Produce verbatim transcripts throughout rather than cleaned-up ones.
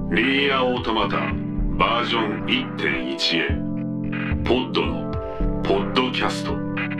ニーアオートマタバージョン いってんいち へポッドのポッドキャスト。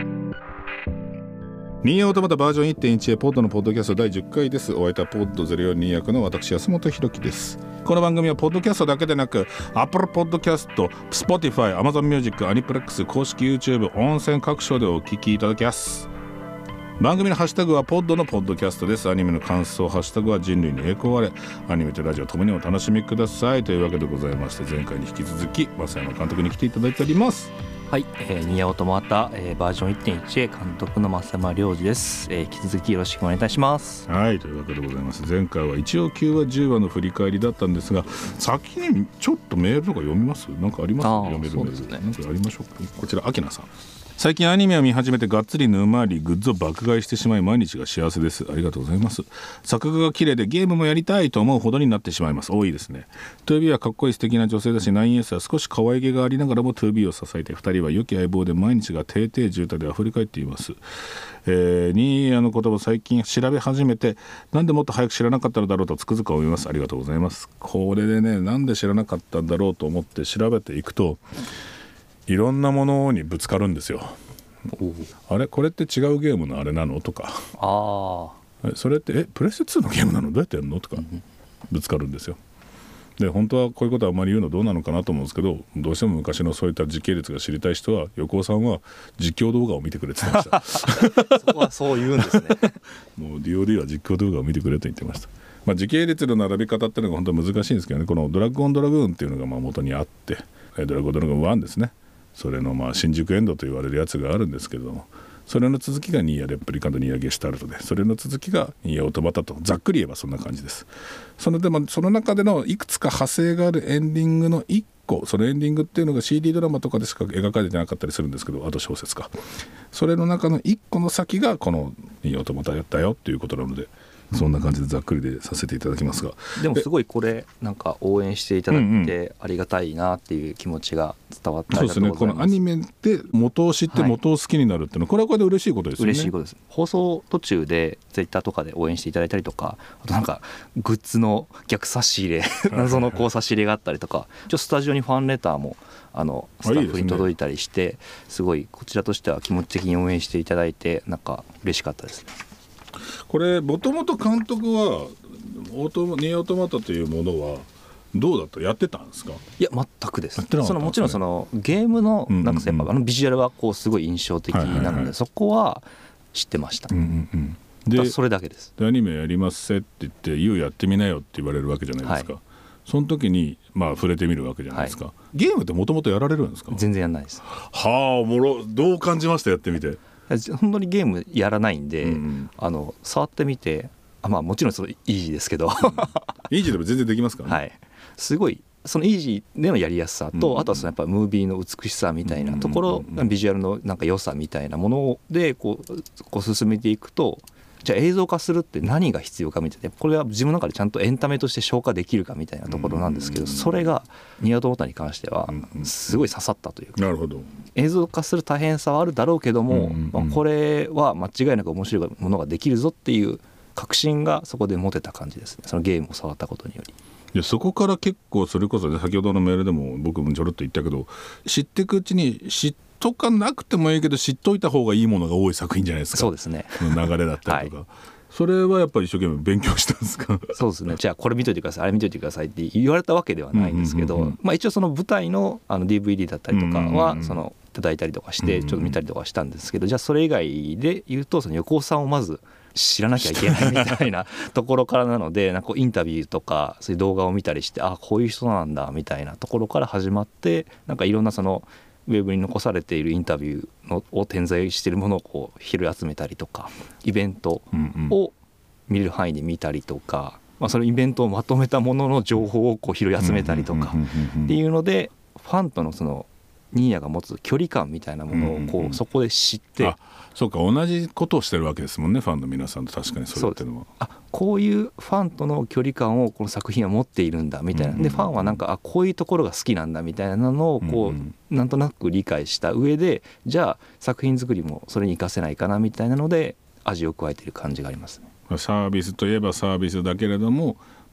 ニーアオートマタバージョン いってんいち へポッドのポッドキャストだいじゅっかいです。お相手はポッドゼロよんに役の私安本博樹です。この番組はポッドキャストだけでなく Apple Podcast、Spotify、Amazon Music、Aniplex 公式 YouTube、温泉各所でお聞きいただけます。番組のハッシュタグはポッドのポッドキャストです。アニメの感想ハッシュタグは人類に栄光あれ。アニメとラジオともにお楽しみくださいというわけでございまして、前回に引き続き増山監督に来ていただいております。 はい、えー、ニーアオートマタ、えー、バージョン いってんいち へ監督の増山良二です、えー、引き続きよろしくお願いいたします。 はい、というわけでございます。前回はいちわきゅうわじゅうわの振り返りだったんですが、先にちょっとメールとか読みます？なんかあります？読めるメール、ね、なんかありましょうか。こちらアキナさん、最近アニメを見始めてがっつり沼りグッズを爆買いしてしまい毎日が幸せです。ありがとうございます。作画が綺麗でゲームもやりたいと思うほどになってしまいます。多いですね。 ツービー はかっこいい素敵な女性だし ナインエス は少し可愛げがありながらも ツービー を支えてふたりは良き相棒で毎日が低々渋滞で溢れ返っています。えー、ニーヤのことを最近調べ始めて、なんでもっと早く知らなかったのだろうとつくづく思います。ありがとうございます。これでね、なんで知らなかったんだろうと思って調べていくといろんなものにぶつかるんですよ。あれこれって違うゲームのあれなのとか、あそれってえプレステツーのゲームなのどうやってやるのとかぶつかるんですよ。で本当はこういうことはあまり言うのどうなのかなと思うんですけど、どうしても昔のそういった時系列が知りたい人は横尾さんは実況動画を見てくれてましたそこはそう言うんですねもう ディーオーディー は実況動画を見てくれと言ってました。まあ、時系列の並び方っていうのが本当は難しいんですけどね。このドラッグオンドラグーンっていうのがまあ元にあって、ドラッグオンドラグーンワンですね。それのまあ新宿エンドと言われるやつがあるんですけれども、それの続きがニーヤレプリカントニーヤゲシュタルトで、それの続きがニーヤオートマタと、ざっくり言えばそんな感じです。そのでもその中でのいくつか派生があるエンディングのいっこ、そのエンディングっていうのが シーディー ドラマとかでしか描かれてなかったりするんですけど、あと小説か、それの中のいっこの先がこのニーヤオートマタやったよっていうことなので、そんな感じでざっくりでさせていただきますが、 でもすごいこれなんか応援していただいてありがたいなっていう気持ちが伝わってありがとうございます。 そうですね、このアニメで元を知って元を好きになるっていうのは、これはこれで嬉しいことですよね。 嬉しいことです。放送途中でツイッターとかで応援していただいたりとか、あとなんかグッズの逆差し入れ謎のこう差し入れがあったりとか、ちょスタジオにファンレターもあのスタッフに届いたりして、いいですね、すごいこちらとしては気持ち的に応援していただいてなんか嬉しかったですね。 これもともと監督はオートニーアオートマタというものはどうだったやってたんですか？ いや全くです。そのもちろんそのゲームのなんかやっぱあのビジュアルはこうすごい印象的なので、はいはいはい、そこは知ってました、うんうんうん、でそれだけです。 でアニメやりますせって言って「いよやってみなよ」って言われるわけじゃないですか、はい、その時にまあ触れてみるわけじゃないですか、はい、ゲームってもともとやられるんですか？ 全然やらないです。 はあ、おもろ。どう感じました？やってみて。 本当にゲームやらないんで、うん、あの触ってみて、あ、まあ、もちろんそのイージーですけど、うん、 イージーでも全然できますからね、 はい、すごいそのイージーでのやりやすさと、うん、あとはそのやっぱムービーの美しさみたいなところ、うん、ビジュアルのなんか良さみたいなものでこう、こう進めていくと、じゃあ映像化するって何が必要かみたいな、これは自分の中でちゃんとエンタメとして消化できるかみたいなところなんですけど、それがニーアオートマタに関してはすごい刺さったというか、 なるほど。 映像化する大変さはあるだろうけども、まあ、これは間違いなく面白いものができるぞっていう確信がそこで持てた感じですね。そのゲームを触ったことにより。 いやそこから結構それこそ、ね、先ほどのメールでも僕もちょろっと言ったけど、知っていくうちに知っとかなくてもいいけど知っといた方がいいものが多い作品じゃないですか。 そうですね。 の流れだったりとか、はい、それはやっぱり一生懸命勉強したんですか？ そうですね。じゃあこれ見といてください、あれ見といてくださいって言われたわけではないんですけど、うんうんうんうん、まあ、一応その舞台 の, あの ディーブイディー だったりとかはそのいただいたりとかしてちょっと見たりとかしたんですけど、じゃあそれ以外で言うとその横尾さんをまず知らなきゃいけないみたいなところからなので、なんかこうインタビューとかそういう動画を見たりして、あ、こういう人なんだみたいなところから始まって、なんかいろんなそのウェブに残されているインタビューのを点在しているものをこう拾い集めたりとか、イベントを見れる範囲で見たりとか、まあ、そのイベントをまとめたものの情報をこう拾い集めたりとかっていうので、ファンとのそのニーヤが持つ距離感みたいなものをこうそこで知って、 あ、そうか、同じことをしてるわけですもんね、ファンの皆さんと。確かにそれっていうのは、 あ、こういうファンとの距離感をこの作品は持っているんだみたいな、でファンはなんか、あ、こういうところが好きなんだみたいなのをこうなんとなく理解した上で、じゃあ作品作りもそれに活かせないかなみたいなので味を加えている感じがありますね。 サービスといえばサービスだけれども、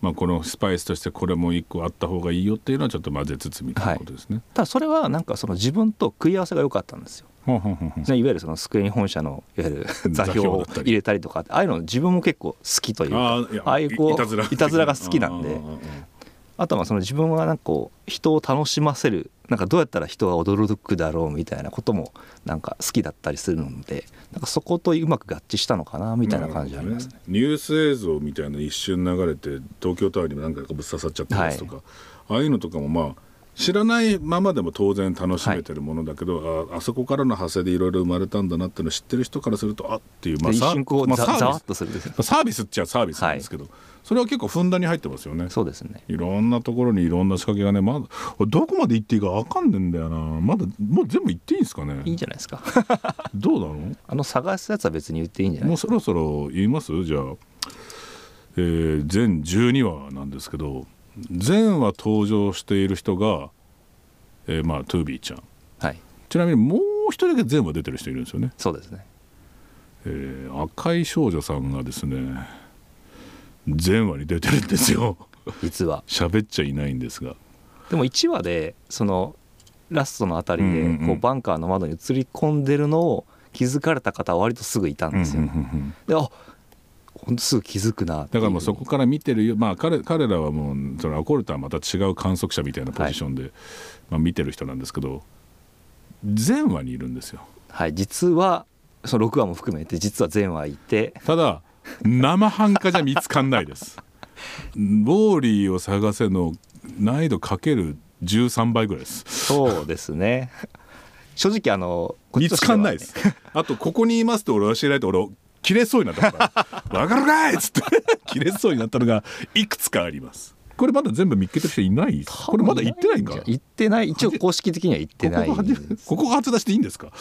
まあ、このスパイスとしてこれもいっこあった方がいいよっていうのはちょっと混ぜつつみたいなことですね、 はい、ただそれはなんかその自分と食い合わせが良かったんですよ。いわゆるそのスクエニ本社のいわゆる座標を入れたりとかああいうの自分も結構好きというか、ああいうこういたずら、いたずらが好きなんで、あとはその自分はなんかこう人を楽しませる、なんかどうやったら人が驚くだろうみたいなこともなんか好きだったりするので、なんかそことうまく合致したのかなみたいな感じありますね。 ニュース映像みたいな一瞬流れて東京タワーにも何回かぶっ刺さっちゃったやつとか、はい、ああいうのとかもまあ知らないままでも当然楽しめてるものだけど、はい、あ, あそこからの派生でいろいろ生まれたんだなっていうのを知ってる人からするとあっていう、まあ、 一瞬こう、まあ、 ざわっとするんですよ。 サービスっちゃサービスなんですけど、はい、それは結構ふんだんに入ってますよね。 そうですね。 いろんなところにいろんな仕掛けがね、まだどこまで行っていいか分かんねえんだよな。まだもう全部行っていいんですかね。 いいんじゃないですかどうなの。 あの探すやつは別に言っていいんじゃないですか。 もうそろそろ言いますじゃあ、えー、全じゅうにわなんですけど、全話登場している人がえー、まあトゥービーちゃん、 はい、 ちなみにもう一人だけ全部出てる人いるんですよね。 そうですね、 えー、赤い少女さんがですね全話に出てるんですよ実は喋っちゃいないんですが、 でもいちわでそのラストのあたりでこうバンカーの窓に映り込んでるのを気づかれた方は割とすぐいたんですよ、うんうんうんうん、であ本当すぐ気づくなっていう。 だからもうそこから見てるよ、まあ、彼, 彼らはもうそのアコルとはまた違う観測者みたいなポジションで、はい、まあ、見てる人なんですけど全話にいるんですよ。 はい、実はそのろくわも含めて実は全話いて、 ただ生半可じゃ見つかんないですウォーリーを探せの難易度かけるじゅうさんばいぐらいです。 そうですね正直あの見つかんないです。あとここにいますと俺は教えられて俺切れそうになったからわかるかいっつって切れそうになったのがいくつかあります。これまだ全部見っけてる人いない。これまだ言ってないんか。 言ってない。一応公式的には言ってない。 ここがここが初出しでいいんですか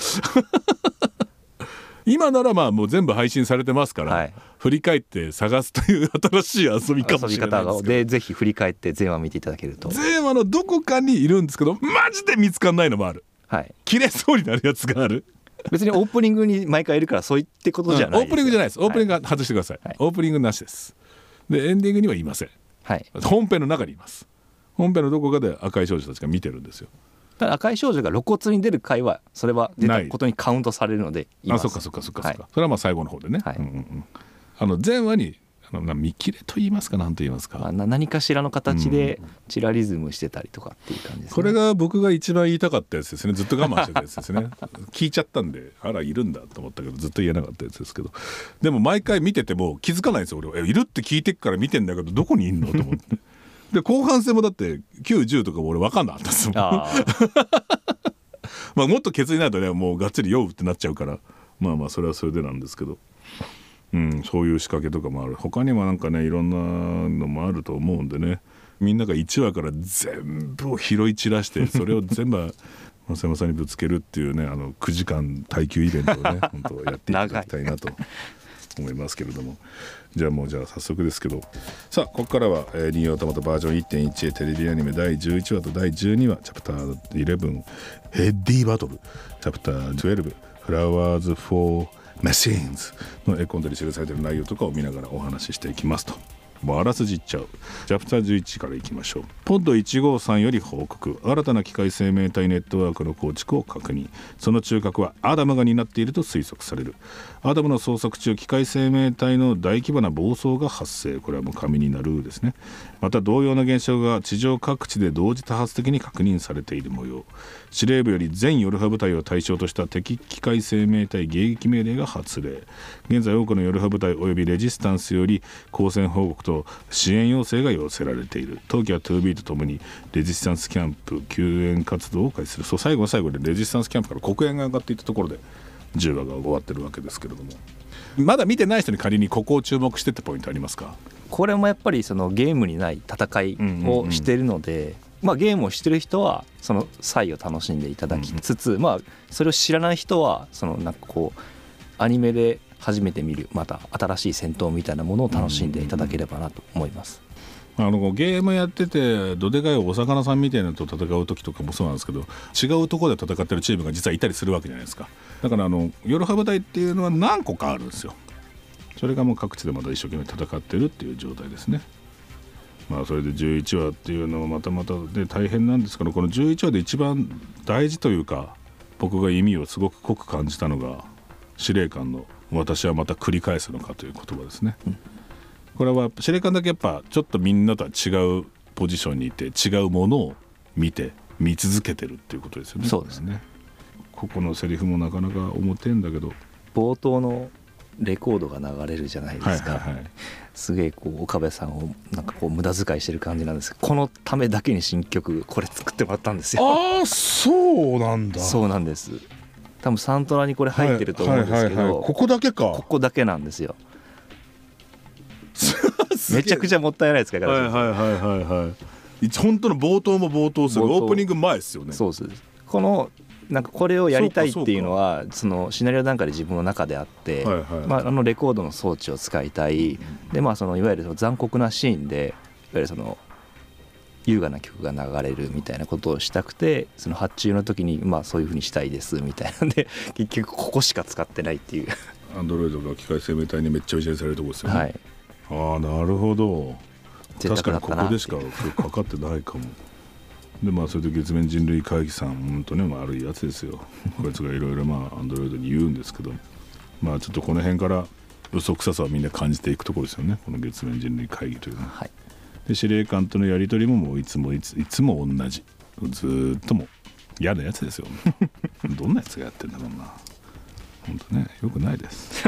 今ならまあもう全部配信されてますから、はい、振り返って探すという新しい遊びかもしれないですけど、遊び方でぜひ振り返って全話見ていただけると。 全話のどこかにいるんですけどマジで見つかんないのもある、 はい、 切れそうになるやつがある。 別にオープニングに毎回いるからそういってことじゃないです、 うん、オープニングじゃないです。オープニングは外してください、はい、オープニングなしです。でエンディングにはいません、 はい、 本編の中にいます。本編のどこかで赤い少女たちが見てるんですよ。 ただ赤い少女が露骨に出る回はそれは出たことにカウントされるのでいます。 あ、そっかそっかそっかそっか、はい、それはまあ最後の方でね、 はい、 うんうん、あの前話にあの見切れと言いますか何と言いますか、 まあ、何かしらの形でチラリズムしてたりとかっていう感じですね。 これが僕が一番言いたかったやつですね。ずっと我慢してたやつですね聞いちゃったんであらいるんだと思ったけどずっと言えなかったやつですけど、でも毎回見てても気づかないんですよ俺は。いるって聞いてっから見てんだけどどこにいんのと思ってで後半戦もだってきゅうじゅうとかも俺分かんなかったですもんあまあもっとケツになるとねもうがっつり酔うってなっちゃうから、まあまあそれはそれでなんですけど、うん、そういう仕掛けとかもある。他にもなんかねいろんなのもあると思うんでね、みんながいちわから全部を拾い散らしてそれを全部増山さんにぶつけるっていうね、あのくじかん耐久イベントをね本当やっていただきたいなと思いますけれどもじゃあもうじゃあ早速ですけど、さあここからは、えー、ニーオートマトバージョン いってんいち へテレビアニメだいじゅういちわとだいじゅうにわチャプターじゅういちヘッディバトルチャプターじゅうにフラワーズ・フォー・マシーンズの絵コンテに記されている内容とかを見ながらお話ししていきますと。もうあらすじいっちゃう。チャプターじゅういちからいきましょう。ポッドいちごさんより報告。新たな機械生命体ネットワークの構築を確認。その中核はアダムが担っていると推測される。アダムの捜索中機械生命体の大規模な暴走が発生。これはもう神になるですね。また同様の現象が地上各地で同時多発的に確認されている模様。司令部より全ヨルハ部隊を対象とした敵機械生命体迎撃命令が発令。現在多くのヨルハ部隊およびレジスタンスより交戦報告と支援要請が寄せられている。当機は ツービー とともにレジスタンスキャンプ救援活動を開始する。そう最後の最後でレジスタンスキャンプから黒煙が上がっていったところでじゅうわが終わってるわけですけれども、まだ見てない人に仮にここを注目してってポイントありますか？ これもやっぱりそのゲームにない戦いをしているので、うんうんうん、まあ、ゲームをしてる人はその際を楽しんでいただきつつ、うんうん、まあ、それを知らない人はそのなんかこうアニメで初めて見るまた新しい戦闘みたいなものを楽しんでいただければなと思います。 あのゲームやっててどでかいお魚さんみたいなのと戦う時とかもそうなんですけど、違うところで戦ってるチームが実はいたりするわけじゃないですか。だからあのヨルハ部隊っていうのは何個かあるんですよ。それがもう各地でまだ一生懸命戦ってるっていう状態ですね。 まあ、それでじゅういちわっていうのもまたまたで大変なんですけど、このじゅういちわで一番大事というか僕が意味をすごく濃く感じたのが司令官の私はまた繰り返すのかという言葉ですね、うん、これは司令官だけやっぱちょっとみんなとは違うポジションにいて違うものを見て見続けてるっていうことですよね。 そうですね。 ここのセリフもなかなか重てんだけど、 冒頭のレコードが流れるじゃないですか、はいはいはい、すげえこう岡部さんをなんかこう無駄遣いしてる感じなんですけど、このためだけに新曲これ作ってもらったんですよ。 ああそうなんだ。 そうなんです。多分サントラにこれ入ってると思うんですけど、はいはいはいはい、 ここだけか。 ここだけなんですよ。めちゃくちゃもったいない使い方です。 はいはいはいはいはい。本当の冒頭も冒頭するオープニング前ですよね。 そうです。このなんかこれをやりたいっていうのはそのシナリオ段階で自分の中であって、はいはい、まあ、あのレコードの装置を使いたい、で、まあ、そのいわゆるその残酷なシーンでいわゆるその優雅な曲が流れるみたいなことをしたくて、その発注の時にまあそういう風にしたいですみたいなんで結局ここしか使ってないっていう。 アンドロイドが機械生命体にめっちゃ打ち出されるところですよね、はい、ああなるほど。確かにここでしかかかってないかも。でまあそれで月面人類会議さん本当ね悪いやつですよ。こいつがいろいろまあアンドロイドに言うんですけど、まあちょっとこの辺から嘘くささをみんな感じていくところですよね、この月面人類会議というのは、はい、で司令官とのやり取りももういつもいついつも同じ、ずっとも嫌なやつですよどんなやつがやってんだろうな本当ね、よくないです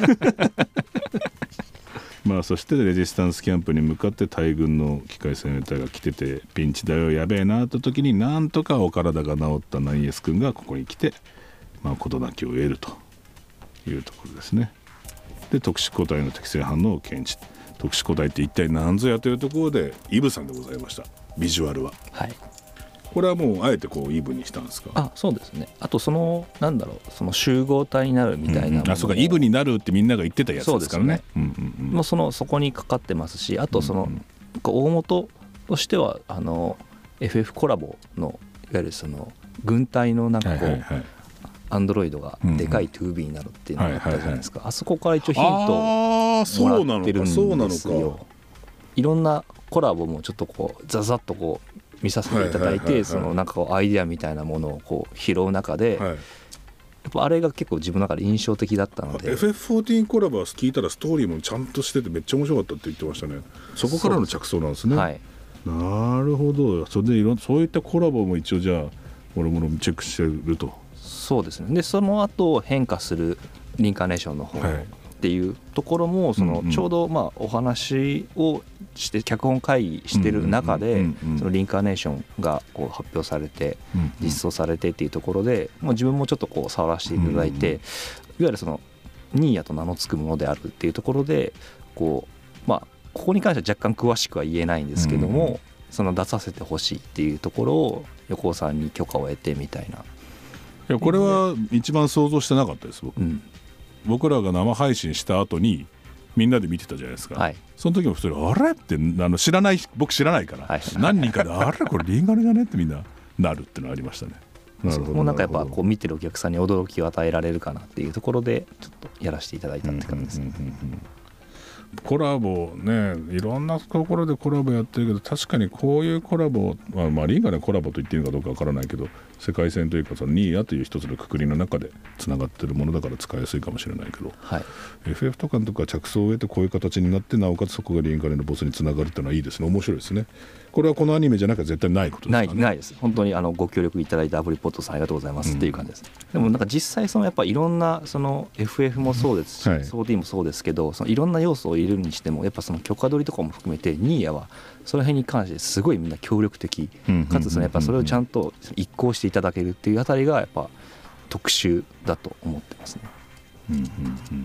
まあそしてレジスタンスキャンプに向かって大軍の機械生命体が来ててピンチだよやべえなって時になんとかお体が治ったナイエス君がここに来てまあ事なきを得るというところですね。で特殊個体の適正反応を検知、特殊個体って一体何ぞやというところでイブさんでございました。ビジュアルは、はい、これはもうあえてこうイブにしたんですか。 あ、そうですね。あとそのなんだろう、その集合体になるみたいなもの、 うん、あ、そうか、イブになるってみんなが言ってたやつですからね。 そうですね、うんうんうん、もうそのそこにかかってますし、あとその、うんうん、大元としてはあの エフエフ コラボのいわゆるその軍隊のなんかこう、はいはいはい、アンドロイドがでかい ツービー になるっていうのがあったじゃないですか、うんうん、あそこから一応ヒントをもらってるんですよ。いろんなコラボもちょっとこうザザッとこう見させていただいて、そのなんかこうアイデアみたいなものをこう拾う中で、はい、やっぱあれが結構自分の中で印象的だったので、 エフエフフォーティーン コラボは聞いたらストーリーもちゃんとしててめっちゃ面白かったって言ってましたね。そこからの着想なんですね。はい、なるほど。それでいろそういったコラボも一応じゃあ俺もチェックしてると。 そうですね。でその後変化するリンカーネーションの方、はい、っていうところもそのちょうどまあお話をして脚本会議してる中でそのリンカーネーションがこう発表されて実装されてっていうところでもう自分もちょっとこう触らせていただいて、いわゆるそのニーヤと名の付くものであるっていうところでこうまあここに関しては若干詳しくは言えないんですけども、その出させてほしいっていうところを横尾さんに許可を得てみたいな。 いやこれは一番想像してなかったです僕、うん、僕らが生配信した後にみんなで見てたじゃないですか、はい、その時も普通にあれってあの知らない僕知らないから、はい、何人かであれこれリンガネだねってみんななるってのありましたね。 なるほど。もうなんかやっぱこう見てるお客さんに驚きを与えられるかなっていうところでちょっとやらせていただいたって感じですね。うんうんうんうん、 コラボね、いろんなところでコラボやってるけど確かにこういうコラボ、まあ、まあリンガネコラボと言っていいのかどうかわからないけど世界線というかそのニーヤという一つのくくりの中でつながってるものだから使いやすいかもしれないけど、はい、エフエフ とかのとか着想を得てこういう形になってなおかつそこがリンガネのボスにつながるっていうのはいいですね。面白いですね。これはこのアニメじゃなきゃ絶対ないことですかね。 ないないです。本当にあのご協力いただいたアプリポットさんありがとうございますっていう感じです、うん、でもなんか実際そのやっぱいろんなその エフエフ もそうですし、はい、ソーディー もそうですけどそのいろんな要素を入れるにしてもやっぱその許可取りとかも含めてニーヤはその辺に関してすごいみんな協力的かつそのやっぱそれをちゃんと一行していただけるっていうあたりがやっぱ特殊だと思ってますね。うんうんうん、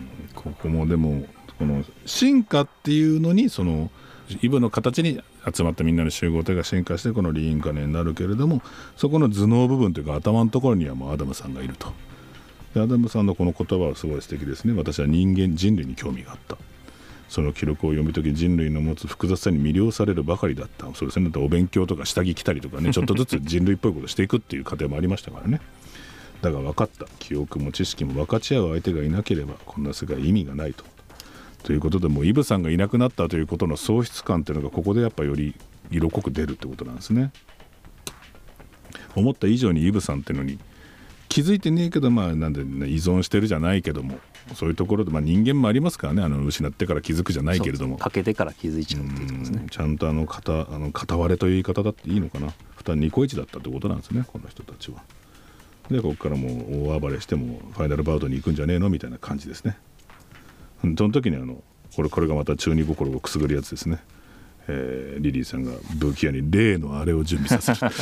ここもでもこの進化っていうのにそのイブの形に集まったみんなの集合体が進化してこのリンカネになるけれどもそこの頭脳部分というか頭のところにはもうアダムさんがいると。でアダムさんのこの言葉はすごい素敵ですね。私は人間人類に興味があった。その記録を読み解き人類の持つ複雑さに魅了されるばかりだった。そうですね。だってお勉強とか下着着たりとかねちょっとずつ人類っぽいことしていくっていう過程もありましたからね。だが分かった。記憶も知識も分かち合う相手がいなければこんな世界意味がないと。 ということでもうイブさんがいなくなったということの喪失感っていうのがここでやっぱより色濃く出るってことなんですね。思った以上にイブさんっていうのに気づいてねえけど、まあなんで、ね、依存してるじゃないけども、そういうところで、まあ、人間もありますからね、あの失ってから気づくじゃないけれども、 欠けてから気づいちゃうっていうことですね。 ちゃんとあの片あの片割れという言い方だっていいのかな、負担ニコイチだったってことなんですね、この人たちは。でここからもう大暴れしてもファイナルバウトに行くんじゃねえのみたいな感じですね。その時にあのこれこれがまた中二心をくすぐるやつですね。えー、リリーさんが武器屋に例のあれを準備させる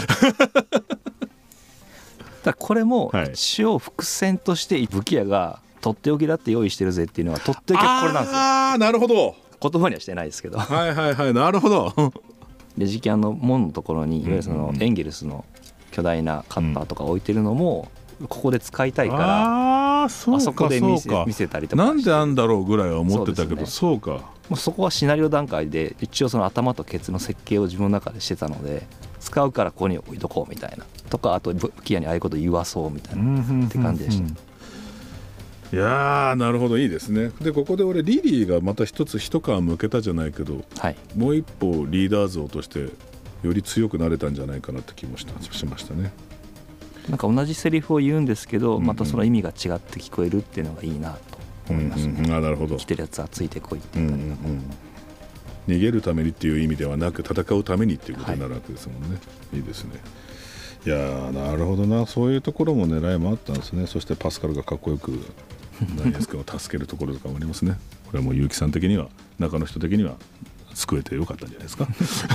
だこれも一応伏線として武器屋がとっておきだって用意してるぜっていうのはとっておきはこれなんですよ。 ああなるほど、 言葉にはしてないですけどはいはいはい、なるほどレジキャンの門のところにいわゆるそのエンゲルスの巨大なカッターとか置いてるのもここで使いたいから、あそこで見せ、見せたりとかなんであんだろうぐらいは思ってたけど、そうか、 もうそこはシナリオ段階で一応その頭とケツの設計を自分の中でしてたので、使うからここに置いとこうみたいなとか、あと武器屋にああいうこと言わそうみたいなって感じでした。 いやーなるほど、いいですね。でここで俺リリーがまた一つ一皮むけたじゃないけど、はい、もう一歩リーダー像としてより強くなれたんじゃないかなって気もしましたね。 なんか同じセリフを言うんですけど、またその意味が違って聞こえるっていうのがいいなと思いますね。 うんうん、あなるほど。 来てるやつはついてこいっていう感じ、うんうんうん、逃げるためにっていう意味ではなく戦うためにっていうことになるわけですもんね、はい、いいですね。いやーなるほどな、そういうところも狙いもあったんですね。そしてパスカルがかっこよくダイエス君を助けるところとかもありますね。これはもう結城さん的には、中の人的には救えてよかったんじゃないですか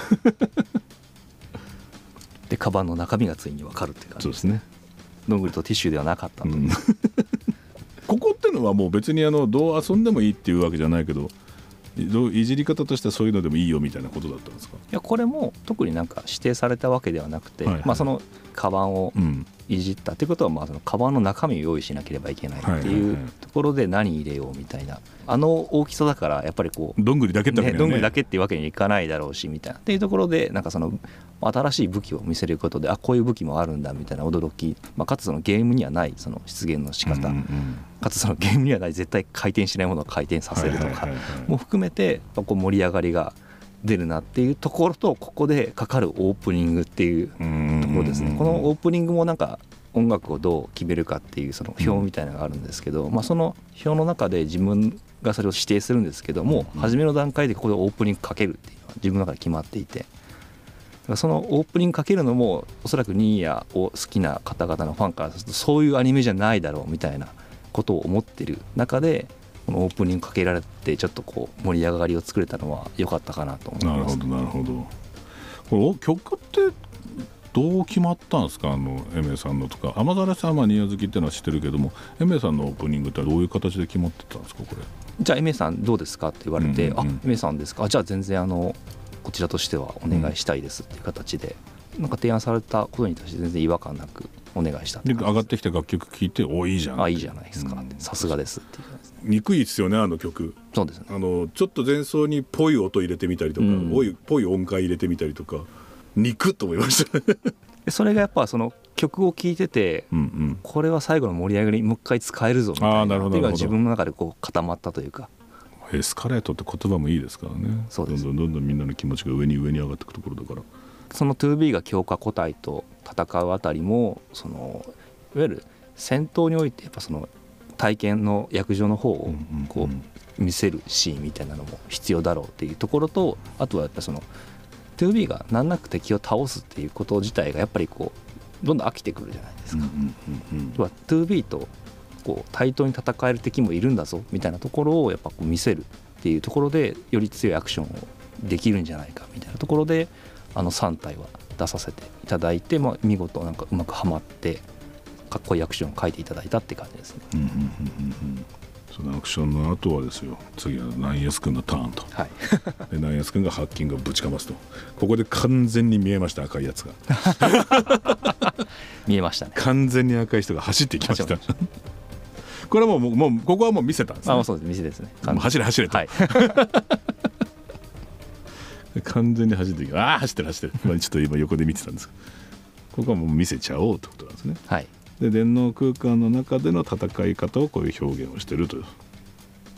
でカバンの中身がついに分かるっていう感じですね。 そうですね、 どんぐりとティッシュではなかったと、うん、 ここってのはもう別にあのどう遊んでもいいっていうわけじゃないけど、いじり方としてはそういうのでもいいよみたいなことだったんですか。 いやこれも特になんか指定されたわけではなくて、はいはい、まあ、そのカバンをいじったっていうことは、まあそのカバンの中身を用意しなければいけないっていうところで何入れようみたいな、あの大きさだからやっぱりこうどんぐりだけってわけ、ね、 どんぐりだけっていうわけにいかないだろうしみたいなっていうところで、なんかその新しい武器を見せることで、あこういう武器もあるんだみたいな驚き、まあ、かつそのゲームにはないその出現の仕方、うんうん、かつそのゲームにはない絶対回転しないものを回転させるとかも含めてこう盛り上がりが出るなっていうところと、ここでかかるオープニングっていうところですね。このオープニングもなんか音楽をどう決めるかっていうその表みたいなのがあるんですけど、まあ、その表の中で自分がそれを指定するんですけども、初めの段階でここでオープニングかけるっていうのは自分の中で決まっていて、そのオープニングかけるのもおそらくニーヤを好きな方々のファンからするとそういうアニメじゃないだろうみたいなことを思ってる中で、このオープニングかけられてちょっとこう盛り上がりを作れたのは良かったかなと思います。 なるほどなるほど。これ曲ってどう決まったんですか、あのエメさんのとか。天皿さんはニーヤ好きっていうのは知ってるけども、エメさんのオープニングってどういう形で決まってたんですか。これじゃあエメさんどうですかって言われて、 うんうんうん、 あエメさんですか、じゃあ全然あのこちらとしてはお願いしたいですっていう形で、うん、なんか提案されたことに対して全然違和感なくお願いしたってで上がってきた楽曲聴いて、おいいじゃん、 あいいじゃないですか、さすがですっていう感じですね。 憎いですよねあの曲。 そうですね、 あのちょっと前奏にぽい音入れてみたりとか、うん、ぽいぽい音階入れてみたりとか、憎っと思いましたでそれがやっぱその曲を聴いてて、うんうん、これは最後の盛り上がりにもう一回使えるぞみたいな、あなるほどっていうのが自分の中でこう固まったというか。 エスカレートって言葉もいいですからね。そうです。どんどんどんどんみんなの気持ちが上に上に上がっていくところだから、 その ツービー が強化個体と戦うあたりも、そのいわゆる戦闘においてやっぱその体験の役場の方をこう見せるシーンみたいなのも必要だろうっていうところと、あとはやっぱその ツービー が難なく敵を倒すっていうこと自体がやっぱりこうどんどん飽きてくるじゃないですか。は ツービー とこう対等に戦える敵もいるんだぞみたいなところをやっぱこう見せるっていうところで、より強いアクションをできるんじゃないかみたいなところで、あのさん体は出させていただいて、まあ、見事なんかうまくはまってかっこいいアクションを書いていただいたって感じですね。うんうんうんうん、 そのアクションの後はですよ、次はナイエス君のターンと、はい、でナイエス君がハッキングをぶちかますと、ここで完全に見えました、赤いやつが見えましたね。 完全に赤い人が走っていきましたこれはもう、もうここはもう見せたんですね。 あ、そうです、見せですね。 走れ走れと、はい、完全に走っていき、ああ走ってる走ってる、まあ、ちょっと今横で見てたんですけど、ここはもう見せちゃおうってことなんですね。はい、で電脳空間の中での戦い方をこういう表現をしてると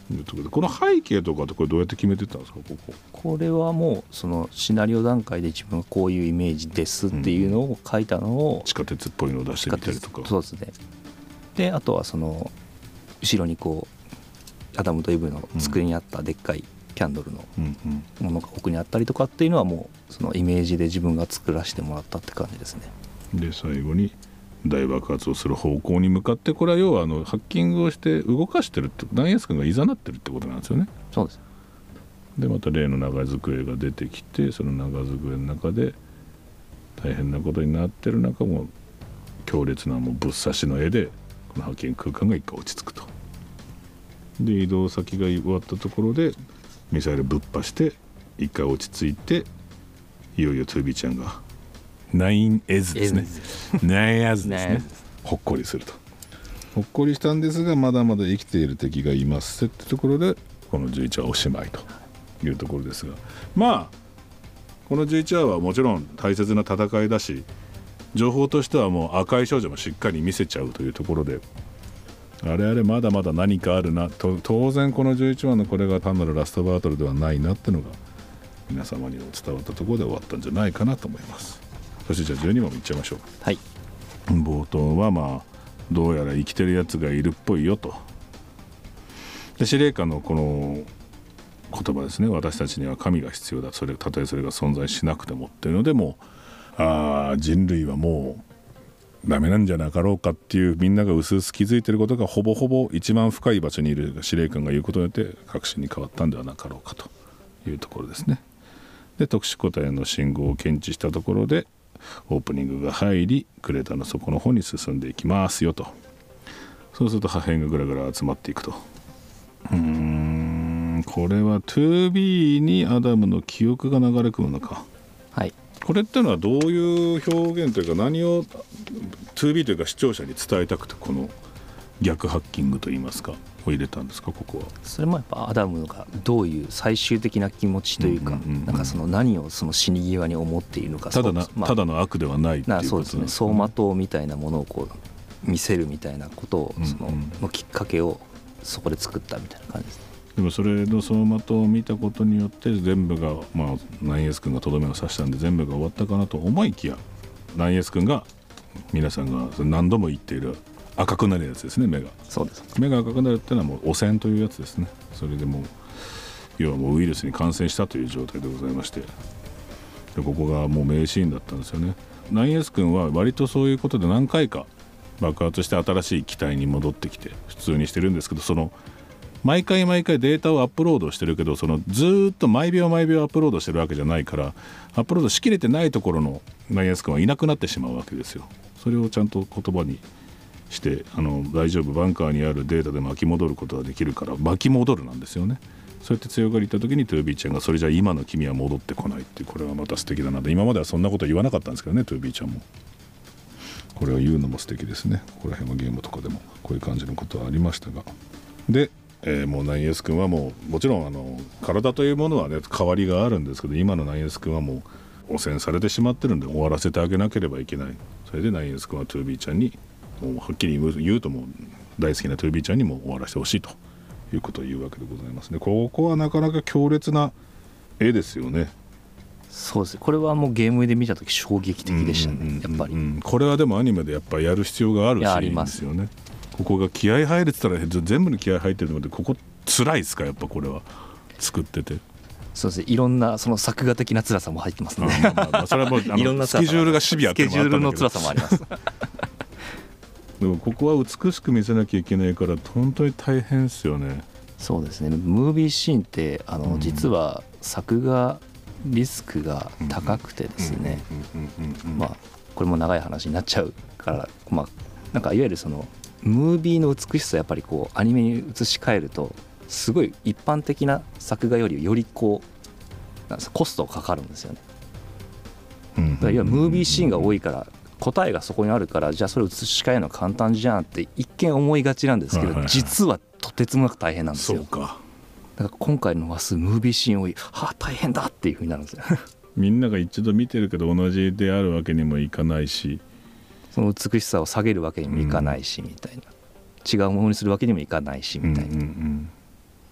この背景とかってこれどうやって決めてたんですか？こここれはもうそのシナリオ段階で自分はこういうイメージですっていうのを書いたのを、 うん、地下鉄っぽいのを出してみたりとか。 そうですね。であとはその後ろにこうアダムとイブの机にあったでっかいキャンドルのものが奥にあったりとかっていうのはもうそのイメージで自分が作らせてもらったって感じですね。 で最後に大爆発をする方向に向かって、これは要はあのハッキングをして動かしてるって、ナイエス君がいざなってるってことなんですよね。 そうです。 でまた例の長机が出てきて、その長机の中で大変なことになってる中も強烈なもうぶっ刺しの絵でこのハッキング空間が一回落ち着くと。で移動先が終わったところでミサイルぶっ破して一回落ち着いて、いよいよトゥービーちゃんがナインエズですね。ナインエズですね。ほっこりすると。ほっこりしたんですが、まだまだ生きている敵がいますってところでこのじゅういちわおしまいというところですが、まあこのじゅういちわはもちろん大切な戦いだし、情報としてはもう赤い少女もしっかり見せちゃうというところで、あれあれまだまだ何かあるなと、当然このじゅういちわのこれが単なるラストバトルではないなってのが皆様に伝わったところで終わったんじゃないかなと思います。そしてじゃあじゅうにわもいっちゃいましょう。 はい。 冒頭はまあどうやら生きてるやつがいるっぽいよと。で司令官のこの言葉ですね、私たちには神が必要だ、それたとえそれが存在しなくてもっていうので、もうあ人類はもうダメなんじゃなかろうかっていう、みんなが薄々気づいてることがほぼほぼ一番深い場所にいる司令官が言うことによって確信に変わったんではなかろうかというところですね。で特殊個体の信号を検知したところでオープニングが入り、クレーターの底の方に進んでいきますよと。そうすると破片がぐらぐら集まっていくと。うーんこれは トゥービー にアダムの記憶が流れ込むのか。 はい。 これってのはどういう表現というか、何を トゥービー というか視聴者に伝えたくてこの逆ハッキングといいますかを入れたんですか？ここはそれもやっぱアダムがどういう最終的な気持ちというか、なんかその何をその死に際に思っているのか、 ただな、 まあ、 ただの悪ではないっていうことなんですね。 そうですね。走馬灯みたいなものをこう見せるみたいなことを、そののきっかけをそこで作ったみたいな感じですね。 でもそれの走馬灯を見たことによって全部が、まあ、ナインエス君がとどめを刺したんで全部が終わったかなと思いきや、ナインエス君が皆さんが何度も言っている赤くなるやつですね。目がそうです。 目が赤くなるっていうのはもう汚染というやつですね。それでもう要はもうウイルスに感染したという状態でございまして、でここがもう名シーンだったんですよね。ナインエス君は割とそういうことで何回か爆発して新しい機体に戻ってきて普通にしてるんですけど、その毎回毎回データをアップロードしてるけど、そのずっと毎秒毎秒アップロードしてるわけじゃないから、アップロードしきれてないところのナインエス君はいなくなってしまうわけですよ。それをちゃんと言葉にして、あの大丈夫、バンカーにあるデータで巻き戻ることができるから巻き戻るなんですよね。そうやって強がり言った時にトゥービーちゃんがそれじゃ今の君は戻ってこないっていう、これはまた素敵だなと。今まではそんなこと言わなかったんですけどね、トゥービーちゃんも。これを言うのも素敵ですね。ここら辺のゲームとかでもこういう感じのことはありましたが、でえー、もうナインエス君はもうもちろんあの体というものはね変わりがあるんですけど、今のナインエス君はもう汚染されてしまってるんで終わらせてあげなければいけない。それでナインエス君はトゥービーちゃんにもうはっきり言うともう大好きなトゥービーちゃんにも終わらせてほしいということを言うわけでございますね。ここはなかなか強烈な絵ですよね。 そうです。これはもうゲームで見た時衝撃的でしたね、うんうんうんうん、やっぱりこれはでもアニメでやっぱやる必要があるシーンですよね。ここが気合入るって言ったら全部に気合入ってるので、ここ辛いですか？やっぱこれは作ってて。 そうですね。いろんなその作画的な辛さも入ってますね。 まあまあまあそれはもういろんなスケジュールがシビアってスケジュールの辛さもあります。 でもここは美しく見せなきゃいけないから本当に大変ですよね。 そうですね。ムービーシーンってあの、うん、実は作画リスクが高くてですね、まあこれも長い話になっちゃうから、まあなんかいわゆるそのムービーの美しさやっぱりこうアニメに移し替えるとすごい一般的な作画よりよりこうなんですコストがかかるんですよね。だからいわゆるムービーシーンが多いから答えがそこにあるから、じゃあそれを移し替えるのは簡単じゃんって一見思いがちなんですけど、実はとてつもなく大変なんですよ。 そうか。 だから今回の話数ムービーシーン多い、はあ大変だっていう風になるんですよ。 みんなが一度見てるけど同じであるわけにもいかないし、 その美しさを下げるわけにもいかないしみたいな、違うものにするわけにもいかないしみたいな、うんうんうん、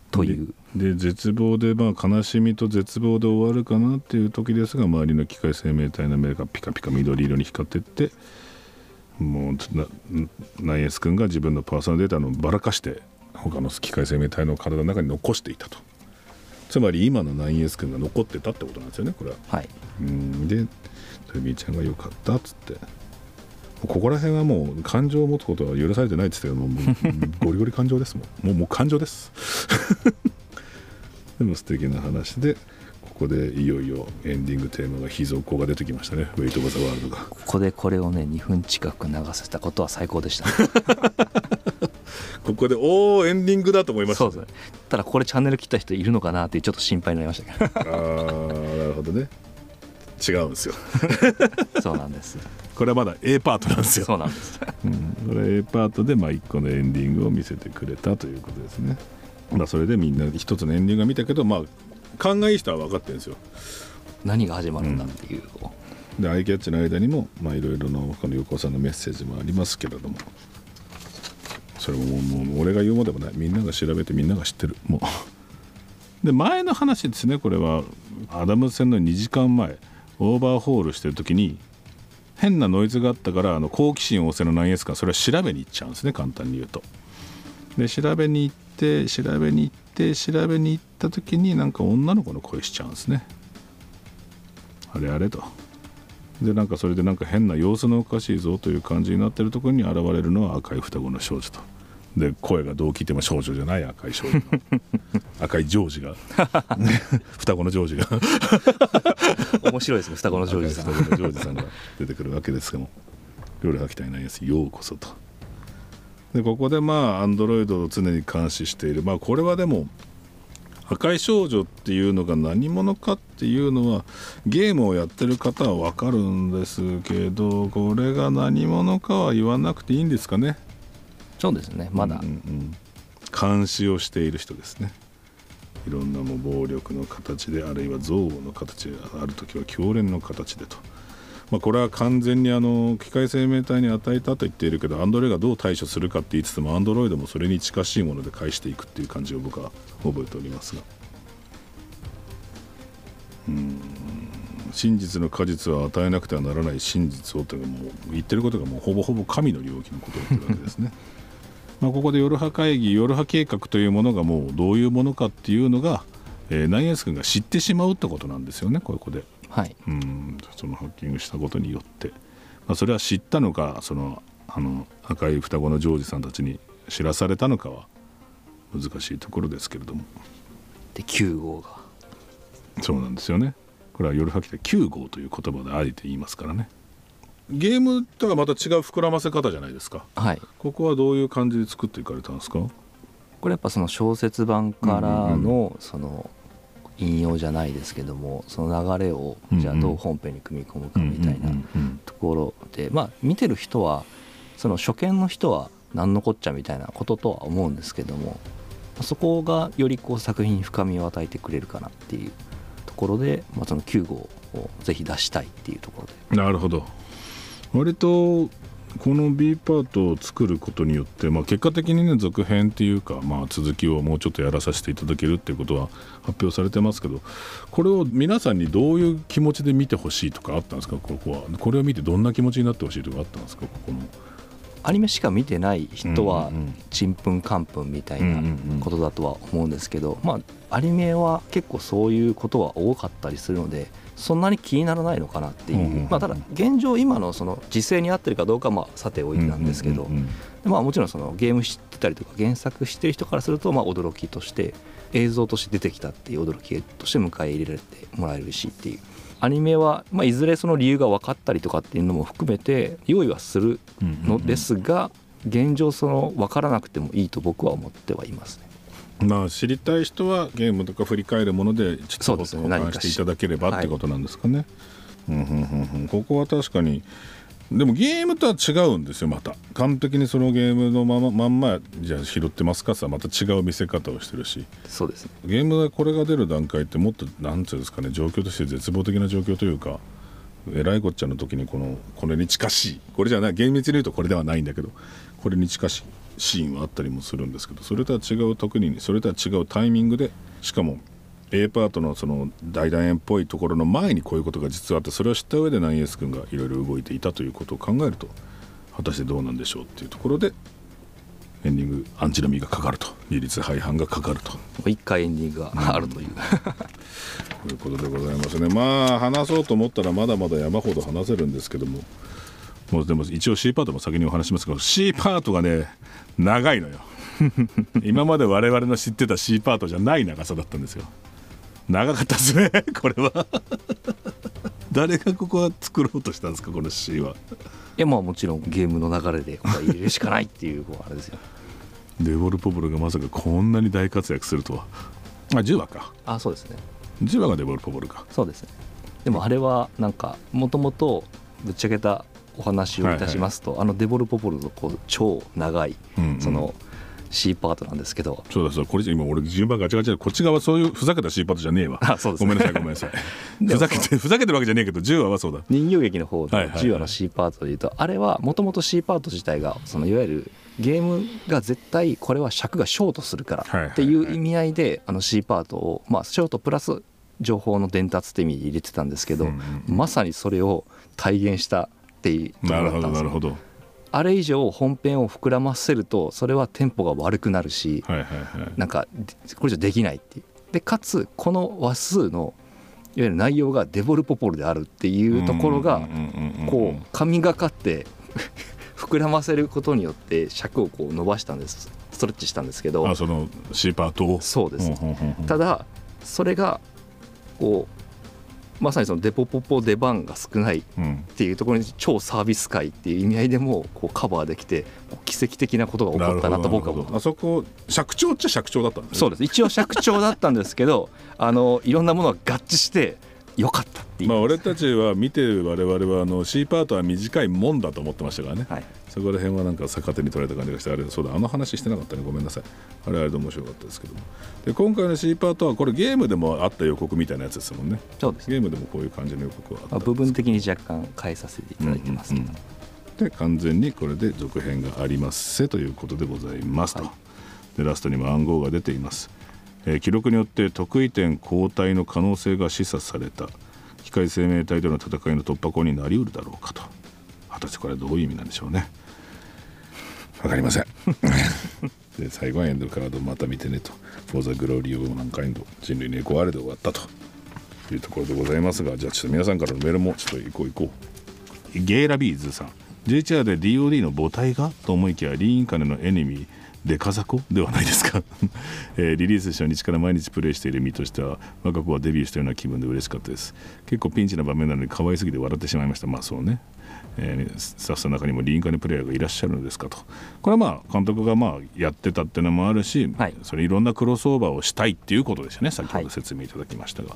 というで絶望で、まあ、悲しみと絶望で終わるかなっていう時ですが、周りの機械生命体の目がピカピカ緑色に光っていって、もうナイエス君が自分のパーソナルデータのばらかして他の機械生命体の体の中に残していたと。つまり今のナイエス君が残ってたってことなんですよね、これは。 はい、 うんでトビーちゃんが良かったっつって、ここら辺はもう感情を持つことは許されてないって言ってたけど、もうゴリゴリ感情ですもん。もうもう感情ですでも素敵な話で、ここでいよいよエンディングテーマが秘蔵語が出てきましたね、ウェイト・オブ・ザ・ワールドが。 ここでこれをねにふん近く流せたことは最高でしたここでおーエンディングだと思いました、ね、 そうですね。ただこれチャンネル切った人いるのかなってちょっと心配になりましたけどあーなるほどね、違うんですよそうなんです。 これはまだ A パートなんですよ。 そうなんです、 うん、これ A パートでまあいっこのエンディングを見せてくれたということですね。まあ、それでみんな一つのエンディングが見たけど、まあ勘がいい人は分かってるんですよ、 何が始まるんだっていう、 うん、でアイキャッチの間にもまあいろいろの他の横尾さんのメッセージもありますけれども、それももうもう俺が言うものでもない、みんなが調べてみんなが知ってる。もうで前の話ですね、これはアダム戦のにじかんまえオーバーホールしてる時に変なノイズがあったから、あの好奇心旺盛のナイエスかそれは調べに行っちゃうんですね、簡単に言うと。で調べに行って調べに行って調べに行った時になんか女の子の声しちゃうんですね。あれあれと。でなんかそれでなんか変な様子のおかしいぞという感じになってるところに現れるのは赤い双子の少女と。で声がどう聞いても少女じゃない赤い少女赤いジョージが双子のジョージが面白いですね、双子のジョージさん双子のジョージさんが出てくるわけですけども、夜はきたいないやつようこそと。でここでまあアンドロイドを常に監視している、まあこれはでも赤い少女っていうのが何者かっていうのはゲームをやってる方は分かるんですけど、これが何者かは言わなくていいんですかね。 そうですね、まだ、うんうん、 監視をしている人ですね。いろんなもう暴力の形で、あるいは憎悪の形で、ある時は強錬の形でと、まあ、これは完全にあの機械生命体に与えたと言っているけど、アンドロイドがどう対処するかって言いつつも、アンドロイドもそれに近しいもので返していくっていう感じを僕は覚えておりますが、うーん真実の果実は与えなくてはならない真実をというのもう言ってることがもうほぼほぼ神の領域のことを言ってるわけですねまあここでヨルハ会議、ヨルハ計画というものがもうどういうものかっていうのが、えー、ナイエンス君が知ってしまうってことなんですよね、ここで。 はい、 うんそのハッキングしたことによって、まあ、それは知ったのか、そのあの赤い双子のジョージさんたちに知らされたのかは難しいところですけれども。 できゅう号がそうなんですよね。これはヨルハキできゅう号という言葉であえて言いますからね。ゲームとはまた違う膨らませ方じゃないですか。 はい、 ここはどういう感じで作っていかれたんですか。 これやっぱその小説版からのその引用じゃないですけども、その流れをじゃあどう本編に組み込むかみたいなところで、まあ見てる人はその初見の人は何のこっちゃみたいなこととは思うんですけども、そこがよりこう作品に深みを与えてくれるかなっていうところで、まあ、そのきゅう号をぜひ出したいっていうところで。 なるほど。割とこの B パートを作ることによって、まあ、結果的にね続編っていうか、まあ、続きをもうちょっとやらさせていただけるっていうことは発表されてますけど、これを皆さんにどういう気持ちで見てほしいとかあったんですか。ここはこれを見てどんな気持ちになってほしいとかあったんですか。ここのアニメしか見てない人はちんぷんかんぷんみたいなことだとは思うんですけど、まあアニメは結構そういうことは多かったりするので、そんなに気にならないのかなっていう、まあただ現状今のその時勢に合ってるかどうかはまあさておいてなんですけど、まあもちろんそのゲーム知ってたりとか原作知ってる人からするとまあ驚きとして映像として出てきたっていう驚きとして迎え入れられてもらえるしっていう。アニメは、まあ、いずれその理由が分かったりとかっていうのも含めて用意はするのですが、現状その分からなくてもいいと僕は思ってはいますね。 まあ知りたい人はゲームとか振り返るものでちょっと保管していただければってことなんですかね。ここは確かにでもゲームとは違うんですよ。また完璧にそのゲームのまままんまじゃあ拾ってますかってまた違う見せ方をしてるし、 そうですね。 ゲームでこれが出る段階ってもっとなんていうんですかね、状況として絶望的な状況というか、えらいこっちゃの時にこのこれに近しい、これじゃない厳密に言うとこれではないんだけど、これに近しいシーンはあったりもするんですけど、それとは違う特にそれとは違うタイミングで、しかも A パートのその大団円っぽいところの前にこういうことが実はあって、それを知った上でナインエース君がいろいろ動いていたということを考えると、果たしてどうなんでしょうっていうところで、エンディングアンチの実がかかると、二律背反がかかると、 一回エンディングがあるという、うん、 ということでございますね。まあ話そうと思ったらまだまだ山ほど話せるんですけども、もうでも一応 C パートも先にお話しますけど、 C パートがね長いのよ今まで我々の知ってた C パートじゃない長さだったんですよ。長かったですねこれは誰がここは作ろうとしたんですか、この C は。 いやまあもちろんゲームの流れでここは入れるしかないっていうあれですよデボルポポルがまさかこんなに大活躍するとは。あ、じゅうわか。 あ、そうですね、 じゅうわがデボルポポルか。 そうですね。でもあれはなんかもともとぶっちゃけたお話をいたしますと、はいはい、あのデボルポポルのこう超長い、うんうん、その C パートなんですけど、 そうだそうだ、これ今俺順番ガチャガチャで、こっち側そういうふざけた C パートじゃねえわ。 あ、そうですね、 ごめんなさいごめんなさいふざけてふざけてるわけじゃねえけど、じゅうわはそうだ。 人形劇の方のじゅうわの C パートでいうと、あれはもともと C パート自体がそのいわゆるゲームが絶対これは尺がショートするからっていう意味合いで、あの C パートをまあショートプラス情報の伝達って意味で入れてたんですけど、うんうん、まさにそれを体現したっていうところだったんですよ。なるほどなるほど。あれ以上本編を膨らませるとそれはテンポが悪くなるし、はいはいはい、なんかこれじゃできないっていう。でかつこの話数のいわゆる内容がデボルポポルであるっていうところがこう神がかって膨らませることによって尺をこう伸ばしたんです、ストレッチしたんですけど、 あ、その C パートを。 そうです。ただそれがこうまさにそのデポポポ出番が少ないっていうところに超サービス界っていう意味合いでもこうカバーできて奇跡的なことが起こったなと僕は思って。 あそこ尺調っちゃ尺調だったんですね。 そうです。一応尺調だったんですけどあのいろんなものが合致して良かったっていう。 まあ俺たちは見てる我々はあの C パートは短いもんだと思ってましたからね、はい、そこら辺はなんか逆手に取られた感じがして、あれそうだ、あの話してなかったね、ごめんなさい。あれあれで面白かったですけども、で今回の C パートはこれゲームでもあった予告みたいなやつですもんね。 そうです。 ゲームでもこういう感じの予告はあった、まあ、 部分的に若干変えさせていただいてますけど、うんうん、で完全にこれで続編がありますせということでございますと、はい、でラストにも暗号が出ています、えー、記録によって得意点交代の可能性が示唆された機械生命体との戦いの突破口になりうるだろうかと。果たしてこれはどういう意味なんでしょうね。わかりませんで最後はエンドカードまた見てねと、フォーザグローリーオブマンカインド、人類のエコアレで終わったというところでございますが、じゃあちょっと皆さんからのメールもちょっと行こう行こう。ゲイラビーズさん、 ジェイエイチアール で ディーオーディー の母体がと思いきやリーンカネのエネミーデカザコではないですか、えー、リリース初日から毎日プレイしている身としては我が子はデビューしたような気分で嬉しかったです。結構ピンチな場面なのに可愛すぎて笑ってしまいました。まあそうね、えー、スタッフの中にもリーンカネプレイヤーがいらっしゃるのですかと。これはまあ監督がまあやってたっていうのもあるし、はい、それいろんなクロスオーバーをしたいっていうことですよね。先ほど説明いただきましたが、はい、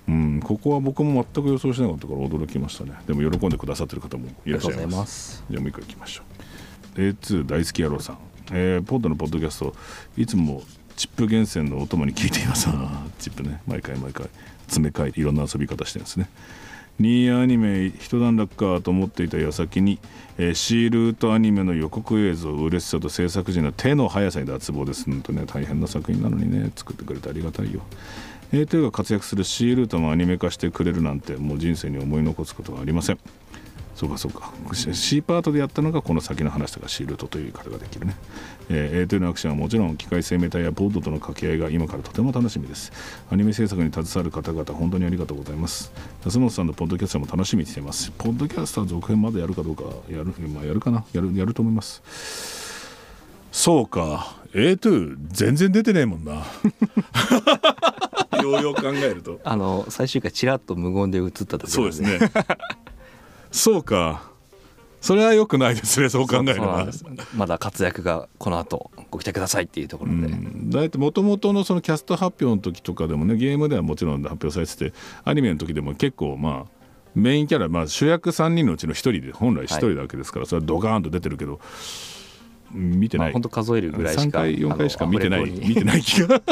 うんここは僕も全く予想しなかったから驚きましたね。でも喜んでくださってる方もいらっしゃいます。じゃあもう一回いきましょう。 エーツー 大好き野郎さん、えー、ポッドのポッドキャストいつもチップ厳選のお供に聞いていますチップね、毎回毎回詰め替えていろんな遊び方してるんですね。ニーアニメ一段落かと思っていた矢先に、えー、シールートアニメの予告映像、嬉しさと制作時の手の速さに脱帽です。本当ね、大変な作品なのにね、作ってくれてありがたいよ。エーツー が活躍するシールートもアニメ化してくれるなんてもう人生に思い残すことはありません。そうかそうか、 C パートでやったのがこの先の話とかシールドという言い方ができるね。えー、エーツー のアクションはもちろん機械生命体やポッドとの掛け合いが今からとても楽しみです。アニメ制作に携わる方々本当にありがとうございます。安本さんのポッドキャストも楽しみにしています。ポッドキャストは続編まだやるかどうかやる、まあ、やるかなやる、やると思います。そうか エーツー 全然出てねえもんなようよう考えるとあの最終回ちらっと無言で映った時、ね、 そうですねそうか、それは良くないですね、そう考えれば。 まだ活躍がこの後ご期待くださいっていうところで、うん、 だいたい元々のそのキャスト発表の時とかでもね、ゲームではもちろん発表されてて、アニメの時でも結構まあメインキャラ、まあ、主役さんにんのうちのひとりで本来ひとりなわけですから、はい、それはドカーンと出てるけど見てない、 本当、まあ、数えるぐらいしかさんかいよんかいしか見てない見てない気が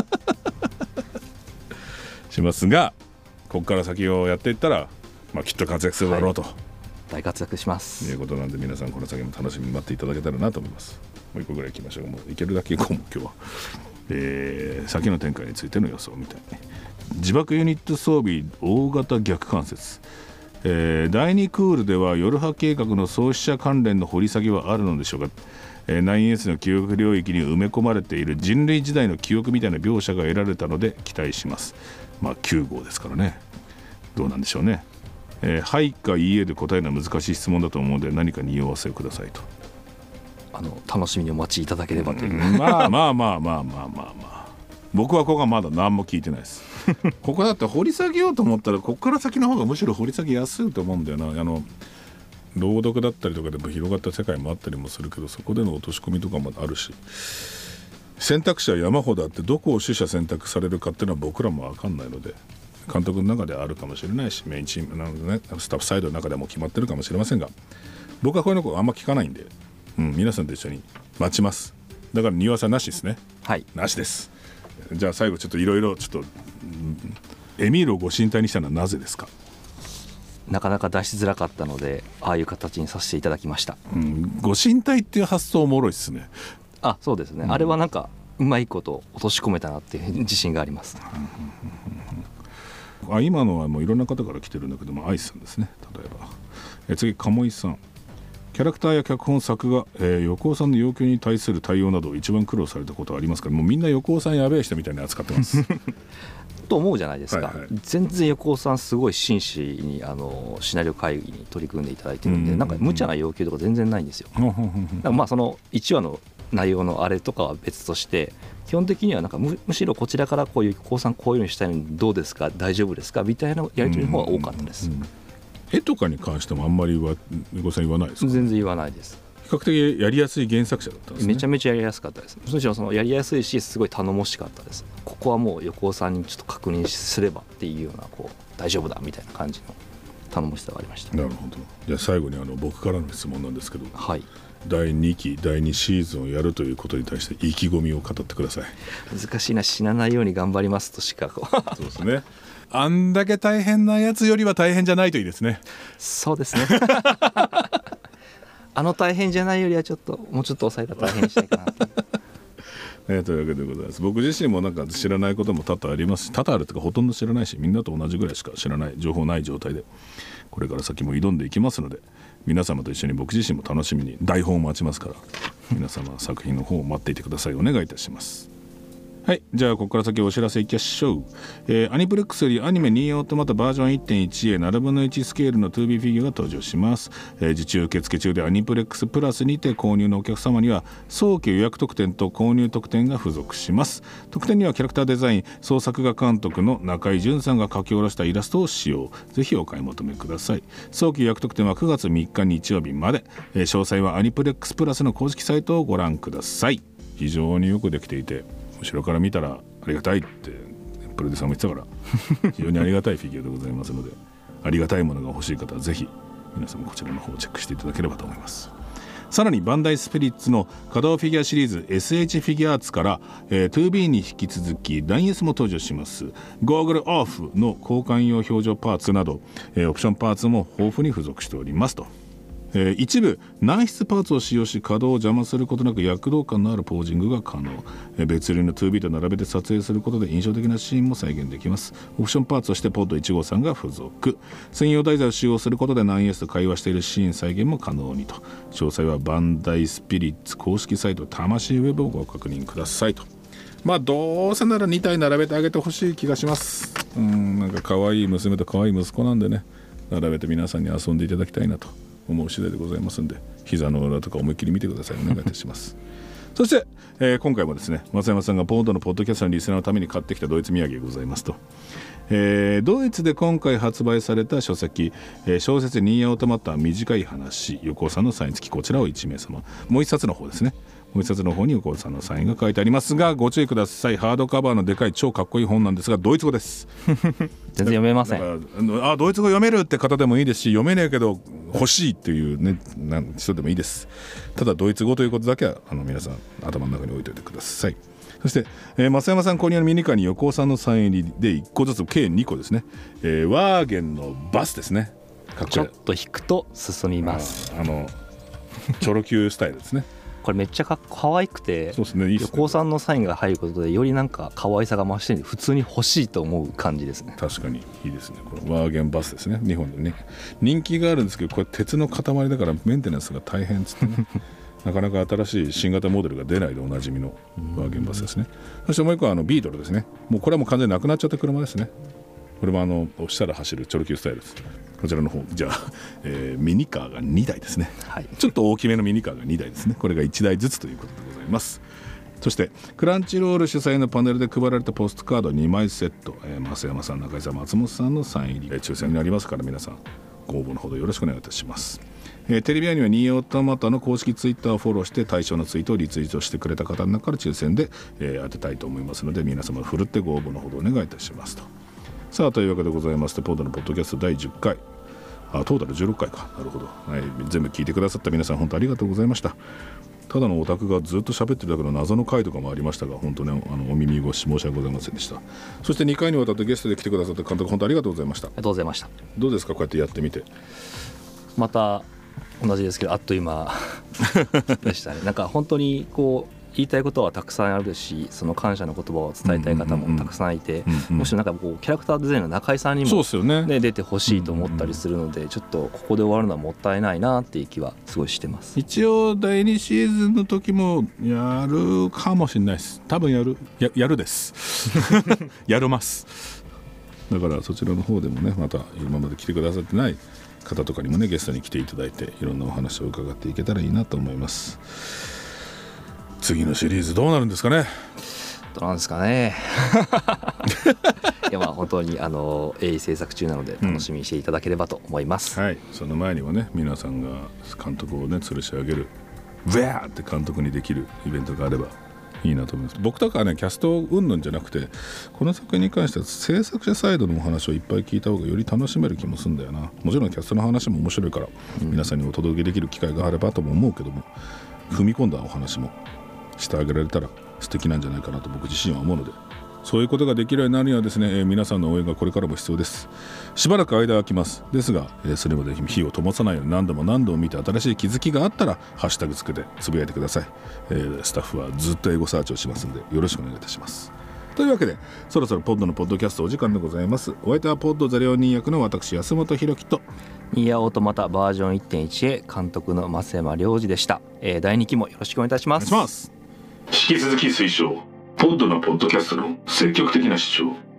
しますが、ここから先をやっていったら、まあ、きっと活躍するだろうと、はい、 大活躍しますということなんで、皆さんこの先も楽しみに待っていただけたらなと思います。 う一個ぐらいいきましょう。もういけるだけいこうも今日は、えー、先の展開についての予想みたいに、自爆ユニット装備大型逆関節、えー、だいにクールでは夜波計画の創始者関連の掘り下げはあるのでしょうか。えー、ナインエス の記憶領域に埋め込まれている人類時代の記憶みたいな描写が得られたので期待します。まあきゅう号ですからね、どうなんでしょうね。えー、はいかいいえで答えるのは難しい質問だと思うので何か匂わせをくださいと。 あの楽しみにお待ちいただければという、 うん、まあまあまあまあまあまあまあ僕はここはまだ何も聞いてないですここだって掘り下げようと思ったらここから先の方がむしろ掘り下げやすいと思うんだよな。あの朗読だったりとかでも広がった世界もあったりもするけど、そこでの落とし込みとかもあるし、選択肢は山ほどあってどこを取捨選択されるかっていうのは僕らも分かんないので、監督の中であるかもしれないし、メインチームなのでね、スタッフサイドの中でも決まってるかもしれませんが、僕はこういうのあんま聞かないんで、うん、皆さんと一緒に待ちます。だから匂わせはなしですね。 はい、 なしです。じゃあ最後ちょっといろいろちょっと、うん、エミールをご神体にしたのはなぜですか。 なかなか出しづらかったのでああいう形にさせていただきました。 うん、ご神体っていう発想おもろいですね。 あ、そうですね、うん、あれはなんかうまいこと落とし込めたなっていう自信があります。 あ、今のはもういろんな方から来てるんだけども、アイスさんですね。例えばえ次鴨井さん、キャラクターや脚本作画、えー、横尾さんの要求に対する対応など一番苦労されたことはありますか。もうみんな横尾さんやべえ人みたいに扱ってますと思うじゃないですか、 はいはい、 全然横尾さんすごい真摯にあのシナリオ会議に取り組んでいただいてるんで、うんうんうん、なんか無茶な要求とか全然ないんですよ。だからまあそのいちわの内容のあれとかは別として、基本的にはなんか む, むしろこちらからこういう横尾さんこういうのしたいのにどうですか大丈夫ですかみたいなやり取りの方が多かったです、うんうんうん、 絵とかに関してもあんまり横尾さん言わないですか。 全然言わないです。 比較的やりやすい原作者だったんですね。 めちゃめちゃやりやすかったです。もちろんそのやりやすいしすごい頼もしかったです。ここはもう横尾さんにちょっと確認すればっていうようなこう大丈夫だみたいな感じの頼もしさがありました。 なるほど。じゃあ最後にあの僕からの質問なんですけど、 はい、 だいにきだいにシーズンをやるということに対して意気込みを語ってください。 難しいな、死なないように頑張りますとしかこうそうですね。あんだけ大変なやつよりは大変じゃないといいですね。 そうですねあの大変じゃないよりはちょっともうちょっと抑えたら大変にしたいかなとえー、というわけでございます。僕自身もなんか知らないことも多々ありますし、多々あるというかほとんど知らないし、みんなと同じぐらいしか知らない情報ない状態でこれから先も挑んでいきますので、皆様と一緒に僕自身も楽しみに台本を待ちますから皆様作品の方を待っていてください。お願いいたします。はい、じゃあここから先お知らせいきましょう。えー、アニプレックスよりアニメニーオートマタバージョン いってんいちエーななぶんのいち スケールの ツービー フィギュアが登場します。えー、受注受付中でアニプレックスプラスにて購入のお客様には早期予約特典と購入特典が付属します。特典にはキャラクターデザイン総作画監督の中井淳さんが書き下ろしたイラストを使用。ぜひお買い求めください。早期予約特典はくがつみっか日曜日まで、えー、詳細はアニプレックスプラスの公式サイトをご覧ください。非常によくできていて後ろから見たらありがたいってプロデューサーも言ってたから非常にありがたいフィギュアでございますのでありがたいものが欲しい方はぜひ皆様こちらの方をチェックしていただければと思います。さらにバンダイスピリッツの稼働フィギュアシリーズ エスエイチ フィギュアーツから、えー、ツービー に引き続き ナインエス も登場します。ゴーグルオフの交換用表情パーツなど、えー、オプションパーツも豊富に付属しておりますと。えー、一部内室パーツを使用し稼働を邪魔することなく躍動感のあるポージングが可能。えー、別売りの ツービー と並べて撮影することで印象的なシーンも再現できます。オプションパーツとしてポッドいち号さんが付属。専用台座を使用することで ナインエス と会話しているシーン再現も可能にと。詳細はバンダイスピリッツ公式サイト魂ウェブをご確認くださいと。まあどうせならにたい並べてあげてほしい気がします。うん、なんか可愛い娘と可愛い息子なんでね、並べて皆さんに遊んでいただきたいなと思う次第でございますんで、膝の裏とか思いっきり見てください。お願いいたしますそして、えー、今回もですね松山さんがポードのポッドキャストのリスナーのために買ってきたドイツ土産がございますと。えー、ドイツで今回発売された書籍、えー、小説ニーアオトマタ短い話、横尾さんのサイン付き、こちらをいち名様、もう一冊の方ですね、もう一冊の方に横尾さんのサインが書いてありますがご注意ください。ハードカバーのでかい超かっこいい本なんですがドイツ語です全然読めません。 あドイツ語読めるって方でもいいですし、読めねえけど欲しいっていう、ね、なん人でもいいです。ただドイツ語ということだけはあの皆さん頭の中に置いておいてください。そして、えー、増山さん購入のミニカーに横尾さんのサイン入りでいっこずつ計にこですね、えー、ワーゲンのバスですね。 かっこいい。ちょっと引くと進みます。 ああのチョロ Q スタイルですねこれめっちゃかっこ可愛くて、 そうですね、いいっすね。 横尾さんのサインが入ることでよりなんか可愛さが増してるんで普通に欲しいと思う感じですね。 確かにいいですね。このワーゲンバスですね、日本でね人気があるんですけど、これ鉄の塊だからメンテナンスが大変っつってねなかなか新しい新型モデルが出ないでおなじみのワーゲンバスですね。そしてもう一個はあのビートルですね。もうこれはもう完全になくなっちゃった車ですね。これもあの押したら走るチョロ Q スタイルです。こちらの方じゃあ、えー、ミニカーがにだいですね、はい、ちょっと大きめのミニカーがにだいですね。これがいちだいずつということでございます。そしてクランチロール主催のパネルで配られたポストカードにまいセット、えー、増山さん、中井さん、松本さんのサイン入り、えー、抽選になりますから、皆さんご応募のほどよろしくお願いいたします。えー、テレビアニメニーオートマタの公式ツイッターをフォローして対象のツイートをリツイートしてくれた方の中から抽選で、えー、当てたいと思いますので、皆様ふるってご応募のほどお願いいたしますと。さあというわけでございまして、ポッドのポッドキャストだいじゅっかい、あトータルじゅうろっかいか、なるほど、はい、全部聞いてくださった皆さん本当ありがとうございました。ただのオタクがずっと喋ってるだけの謎の回とかもありましたが、本当にあのお耳越し申し訳ございませんでした。そしてにかいにわたってゲストで来てくださった監督、本当ありがとうございました。 ありがとうございました。 どうですか、こうやってやってみて。 また同じですけどあっという間でしたね。なんか本当にこう言いたいことはたくさんあるし、その感謝の言葉を伝えたい方もたくさんいて、もしなんかこうキャラクターデザインの中井さんにも、ねね、出てほしいと思ったりするので、ちょっとここで終わるのはもったいないなっていう気はすごいしてます。 一応だいにシーズンの時もやるかもしれないです。多分やる や, やるですやるます。だからそちらの方でもね、また今まで来てくださってない方とかにもね、ゲストに来ていただいていろんなお話を伺っていけたらいいなと思います。次のシリーズどうなるんですかね。 どうなんですかねいやまあ本当にあの鋭意制作中なので楽しみにしていただければと思います、 うん、はい。その前にはね、皆さんが監督をね吊るし上げるウェーって監督にできるイベントがあればいいなと思います。僕とかはねキャスト云々じゃなくて、この作品に関しては制作者サイドのお話をいっぱい聞いた方がより楽しめる気もするんだよな。もちろんキャストの話も面白いから、うん、皆さんにお届けできる機会があればとも思うけども、踏み込んだお話もしてあげられたら素敵なんじゃないかなと僕自身は思うので、そういうことができるようになるにはですね、えー、皆さんの応援がこれからも必要です。しばらく間は空きますですが、えー、それまで火を灯さないように何度も何度も見て、新しい気づきがあったらハッシュタグつけてつぶやいてください、えー、スタッフはずっとエゴサーチをしますのでよろしくお願いいたします。というわけでそろそろポッドのポッドキャストお時間でございます。お相手はポッドゼロよんに役の私安本博樹とニーヤオートマタバージョン いってんいち へ監督の増山良二でした、えー、だいにきもよろしくお願いいたします。 お願いします。 引き続き推奨ポッドのポッドキャストの積極的な視聴